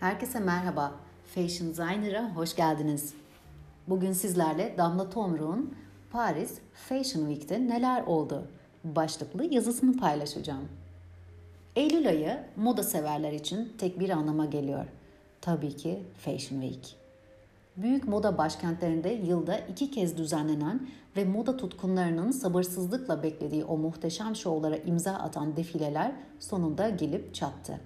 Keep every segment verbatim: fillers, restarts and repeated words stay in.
Herkese merhaba. Fashion Designer'a hoş geldiniz. Bugün sizlerle Damla Tomruk'un Paris Fashion Week'te neler oldu başlıklı yazısını paylaşacağım. Eylül ayı moda severler için tek bir anlama geliyor. Tabii ki Fashion Week. Büyük moda başkentlerinde yılda iki kez düzenlenen ve moda tutkunlarının sabırsızlıkla beklediği o muhteşem şovlara imza atan defileler sonunda gelip çattı.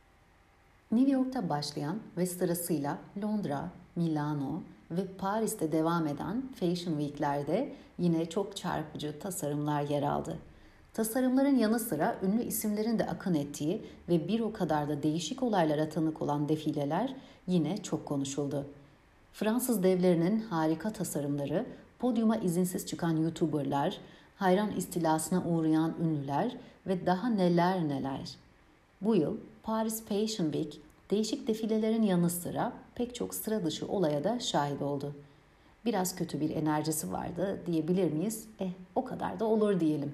New York'ta başlayan ve sırasıyla Londra, Milano ve Paris'te devam eden Fashion Week'lerde yine çok çarpıcı tasarımlar yer aldı. Tasarımların yanı sıra ünlü isimlerin de akın ettiği ve bir o kadar da değişik olaylara tanık olan defileler yine çok konuşuldu. Fransız devlerinin harika tasarımları, podyuma izinsiz çıkan YouTuber'lar, hayran istilasına uğrayan ünlüler ve daha neler neler. Bu yıl Paris Fashion Week değişik defilelerin yanı sıra pek çok sıra dışı olaya da şahit oldu. Biraz kötü bir enerjisi vardı diyebilir miyiz? Eh o kadar da olur diyelim.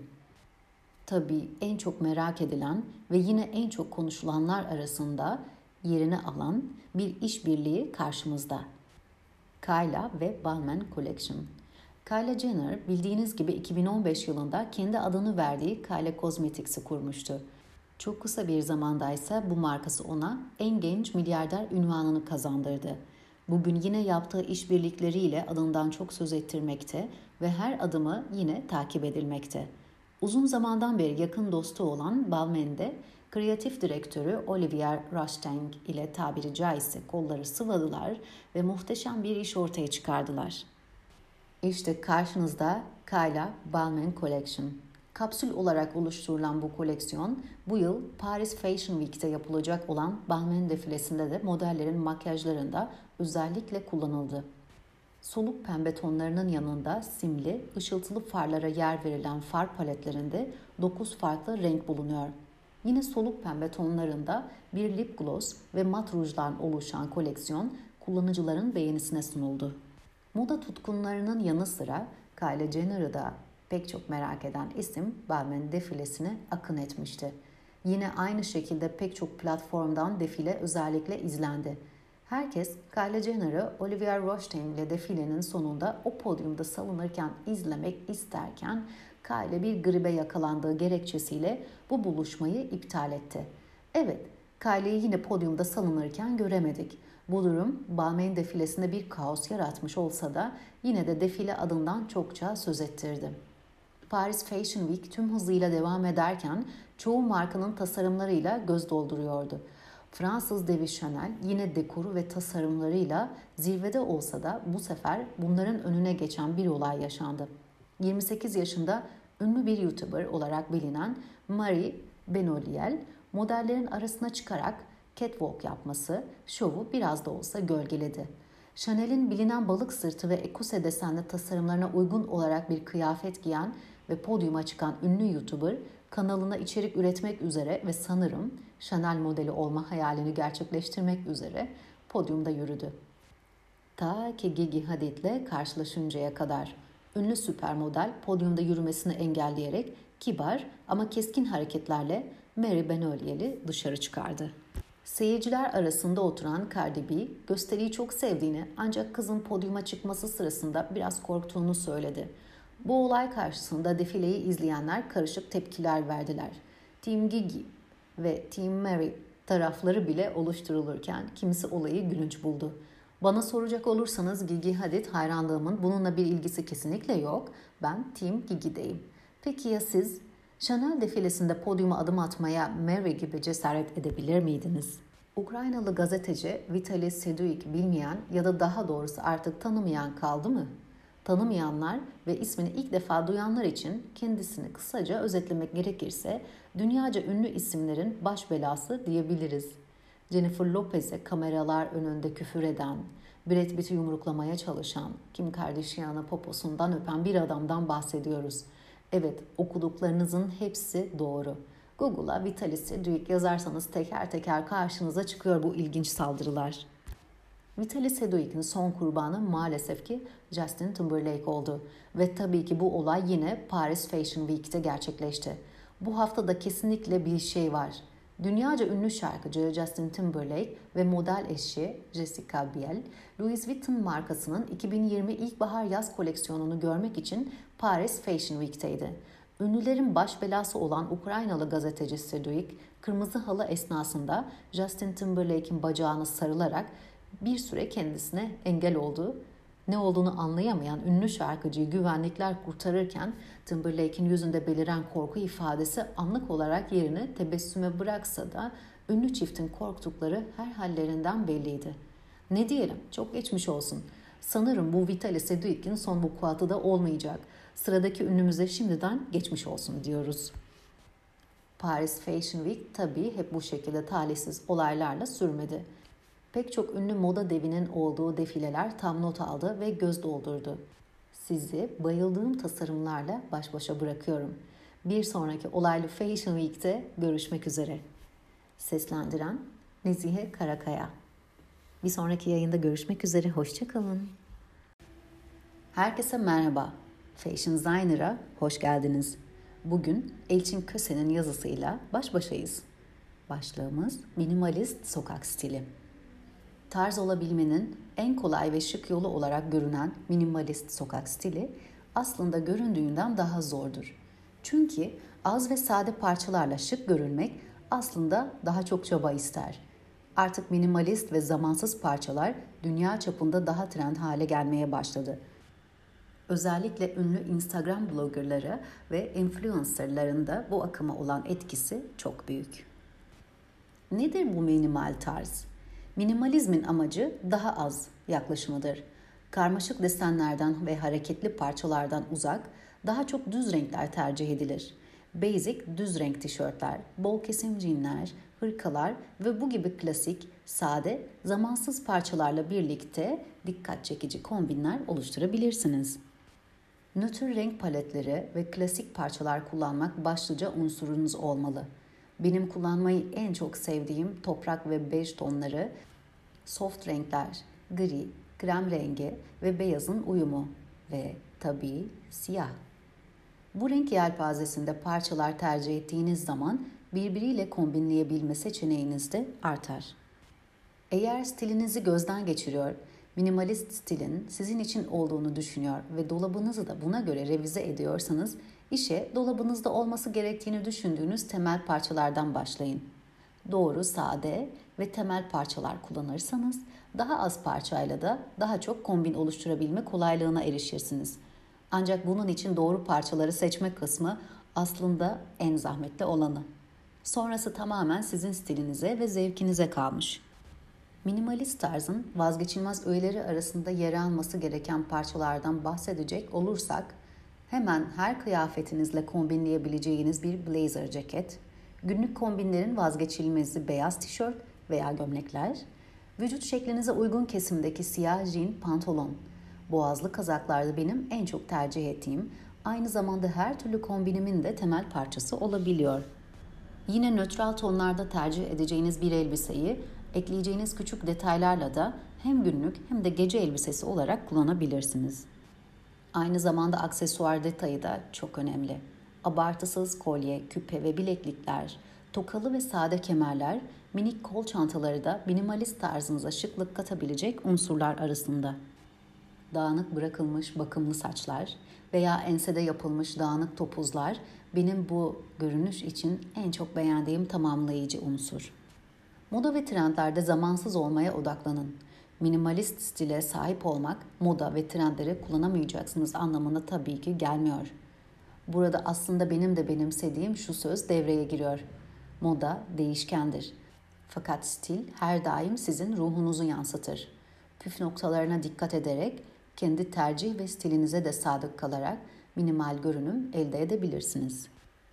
Tabii en çok merak edilen ve yine en çok konuşulanlar arasında yerini alan bir işbirliği karşımızda. Kyla ve Balmain Collection. Kylie Jenner bildiğiniz gibi iki bin on beş yılında kendi adını verdiği Kylie Cosmetics'i kurmuştu. Çok kısa bir zamandaysa bu markası ona en genç milyarder unvanını kazandırdı. Bugün yine yaptığı işbirlikleriyle adından çok söz ettirmekte ve her adımı yine takip edilmekte. Uzun zamandan beri yakın dostu olan Balmain'de kreatif direktörü Olivier Rousteing ile tabiri caizse kolları sıvadılar ve muhteşem bir iş ortaya çıkardılar. İşte karşınızda Kyla Balmain Collection. Kapsül olarak oluşturulan bu koleksiyon bu yıl Paris Fashion Week'te yapılacak olan Balmain defilesinde de modellerin makyajlarında özellikle kullanıldı. Soluk pembe tonlarının yanında simli, ışıltılı farlara yer verilen far paletlerinde dokuz farklı renk bulunuyor. Yine soluk pembe tonlarında bir lip gloss ve mat rujdan oluşan koleksiyon kullanıcıların beğenisine sunuldu. Moda tutkunlarının yanı sıra Kylie Jenner'ı da pek çok merak eden isim Balmain defilesine akın etmişti. Yine aynı şekilde pek çok platformdan defile özellikle izlendi. Herkes Kylie Jenner'ı Olivier Rousteing ile defilenin sonunda o podyumda salınırken izlemek isterken Kylie bir gribe yakalandığı gerekçesiyle bu buluşmayı iptal etti. Evet, Kylie'yi yine podyumda salınırken göremedik. Bu durum Balmain defilesinde bir kaos yaratmış olsa da yine de defile adından çokça söz ettirdi. Paris Fashion Week tüm hızıyla devam ederken çoğu markanın tasarımlarıyla göz dolduruyordu. Fransız devi Chanel yine dekoru ve tasarımlarıyla zirvede olsa da bu sefer bunların önüne geçen bir olay yaşandı. yirmi sekiz yaşında ünlü bir YouTuber olarak bilinen Marie Benoliel modellerin arasına çıkarak catwalk yapması şovu biraz da olsa gölgeledi. Chanel'in bilinen balık sırtı ve ekose desenli tasarımlarına uygun olarak bir kıyafet giyen ve podyuma çıkan ünlü YouTuber kanalına içerik üretmek üzere ve sanırım Chanel modeli olma hayalini gerçekleştirmek üzere podyumda yürüdü. Ta ki Gigi Hadid'le karşılaşıncaya kadar ünlü süpermodel podyumda yürümesini engelleyerek kibar ama keskin hareketlerle Marie Benoliel'i dışarı çıkardı. Seyirciler arasında oturan Cardi B, gösteriyi çok sevdiğini ancak kızın podyuma çıkması sırasında biraz korktuğunu söyledi. Bu olay karşısında defileyi izleyenler karışık tepkiler verdiler. Team Gigi ve Team Marie tarafları bile oluşturulurken kimisi olayı gülünç buldu. Bana soracak olursanız Gigi Hadid hayranlığımın bununla bir ilgisi kesinlikle yok. Ben Team Gigi'deyim. Peki ya siz? Chanel defilesinde podyuma adım atmaya Marie gibi cesaret edebilir miydiniz? Ukraynalı gazeteci Vitali Seduik bilmeyen ya da daha doğrusu artık tanımayan kaldı mı? Tanımayanlar ve ismini ilk defa duyanlar için kendisini kısaca özetlemek gerekirse dünyaca ünlü isimlerin baş belası diyebiliriz. Jennifer Lopez'e kameralar önünde küfür eden, Brad Pitt'i yumruklamaya çalışan, Kim Kardashian'ı poposundan öpen bir adamdan bahsediyoruz. Evet, okuduklarınızın hepsi doğru. Google'a Vitali Seduik yazarsanız teker teker karşınıza çıkıyor bu ilginç saldırılar. Vitali Seduik'in son kurbanı maalesef ki Justin Timberlake oldu. Ve tabii ki bu olay yine Paris Fashion Week'te gerçekleşti. Bu hafta da kesinlikle bir şey var. Dünyaca ünlü şarkıcı Justin Timberlake ve model eşi Jessica Biel, Louis Vuitton markasının iki bin yirmi ilkbahar yaz koleksiyonunu görmek için Paris Fashion Week'teydi. Ünlülerin baş belası olan Ukraynalı gazeteci Sedgwick, kırmızı halı esnasında Justin Timberlake'in bacağına sarılarak bir süre kendisine engel oldu. Ne olduğunu anlayamayan ünlü şarkıcıyı güvenlikler kurtarırken Timberlake'in yüzünde beliren korku ifadesi anlık olarak yerini tebessüme bıraksa da ünlü çiftin korktukları her hallerinden belliydi. Ne diyelim, çok geçmiş olsun. Sanırım bu Vitaly Sedgwick'in son vukuatı da olmayacak. Sıradaki ünlümüze şimdiden geçmiş olsun diyoruz. Paris Fashion Week tabii hep bu şekilde talihsiz olaylarla sürmedi. Pek çok ünlü moda devinin olduğu defileler tam not aldı ve göz doldurdu. Sizi bayıldığım tasarımlarla baş başa bırakıyorum. Bir sonraki olaylı Fashion Week'te görüşmek üzere. Seslendiren Nezihe Karakaya. Bir sonraki yayında görüşmek üzere, hoşça kalın. Herkese merhaba. Fashion Designer'a hoş geldiniz. Bugün Elçin Köse'nin yazısıyla baş başayız. Başlığımız minimalist sokak stili. Tarz olabilmenin en kolay ve şık yolu olarak görünen minimalist sokak stili aslında göründüğünden daha zordur. Çünkü az ve sade parçalarla şık görünmek aslında daha çok çaba ister. Artık minimalist ve zamansız parçalar dünya çapında daha trend hale gelmeye başladı. Özellikle ünlü Instagram bloggerları ve influencerların da bu akıma olan etkisi çok büyük. Nedir bu minimal tarz? Minimalizmin amacı daha az yaklaşımıdır. Karmaşık desenlerden ve hareketli parçalardan uzak, daha çok düz renkler tercih edilir. Basic düz renk tişörtler, bol kesim jeanler, hırkalar ve bu gibi klasik, sade, zamansız parçalarla birlikte dikkat çekici kombinler oluşturabilirsiniz. Nötr renk paletleri ve klasik parçalar kullanmak başlıca unsurunuz olmalı. Benim kullanmayı en çok sevdiğim toprak ve bej tonları, soft renkler, gri, krem rengi ve beyazın uyumu ve tabii siyah. Bu renk yelpazesinde parçalar tercih ettiğiniz zaman birbiriyle kombinleyebilme seçeneğiniz de artar. Eğer stilinizi gözden geçiriyor, minimalist stilin sizin için olduğunu düşünüyor ve dolabınızı da buna göre revize ediyorsanız, işe dolabınızda olması gerektiğini düşündüğünüz temel parçalardan başlayın. Doğru, sade ve temel parçalar kullanırsanız daha az parçayla da daha çok kombin oluşturabilme kolaylığına erişirsiniz. Ancak bunun için doğru parçaları seçme kısmı aslında en zahmetli olanı. Sonrası tamamen sizin stilinize ve zevkinize kalmış. Minimalist tarzın vazgeçilmez öğeleri arasında yer alması gereken parçalardan bahsedecek olursak, hemen her kıyafetinizle kombinleyebileceğiniz bir blazer ceket, günlük kombinlerin vazgeçilmezi beyaz tişört veya gömlekler, vücut şeklinize uygun kesimdeki siyah jean pantolon, boğazlı kazaklarda benim en çok tercih ettiğim, aynı zamanda her türlü kombinimin de temel parçası olabiliyor. Yine nötral tonlarda tercih edeceğiniz bir elbiseyi ekleyeceğiniz küçük detaylarla da hem günlük hem de gece elbisesi olarak kullanabilirsiniz. Aynı zamanda aksesuar detayı da çok önemli. Abartısız kolye, küpe ve bileklikler, tokalı ve sade kemerler, minik kol çantaları da minimalist tarzınıza şıklık katabilecek unsurlar arasında. Dağınık bırakılmış bakımlı saçlar veya ensede yapılmış dağınık topuzlar benim bu görünüş için en çok beğendiğim tamamlayıcı unsur. Moda ve trendlerde zamansız olmaya odaklanın. Minimalist stile sahip olmak, moda ve trendleri kullanamayacaksınız anlamına tabii ki gelmiyor. Burada aslında benim de benimsediğim şu söz devreye giriyor. Moda değişkendir. Fakat stil her daim sizin ruhunuzu yansıtır. Püf noktalarına dikkat ederek, kendi tercih ve stilinize de sadık kalarak minimal görünüm elde edebilirsiniz.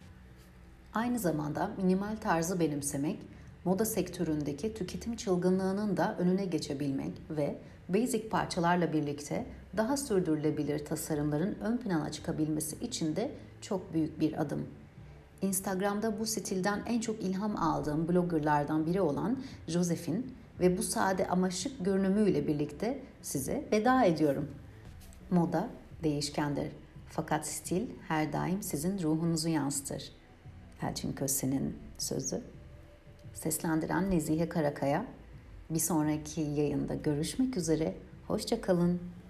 Aynı zamanda minimal tarzı benimsemek, moda sektöründeki tüketim çılgınlığının da önüne geçebilmek ve basic parçalarla birlikte daha sürdürülebilir tasarımların ön plana çıkabilmesi için de çok büyük bir adım. Instagram'da bu stilden en çok ilham aldığım bloggerlardan biri olan Josephine ve bu sade ama şık görünümüyle birlikte size veda ediyorum. Moda değişkendir. Fakat stil her daim sizin ruhunuzu yansıtır. Elçin Köse'nin sözü. Seslendiren Nezihe Karakaya. Bir sonraki yayında görüşmek üzere. Hoşça kalın.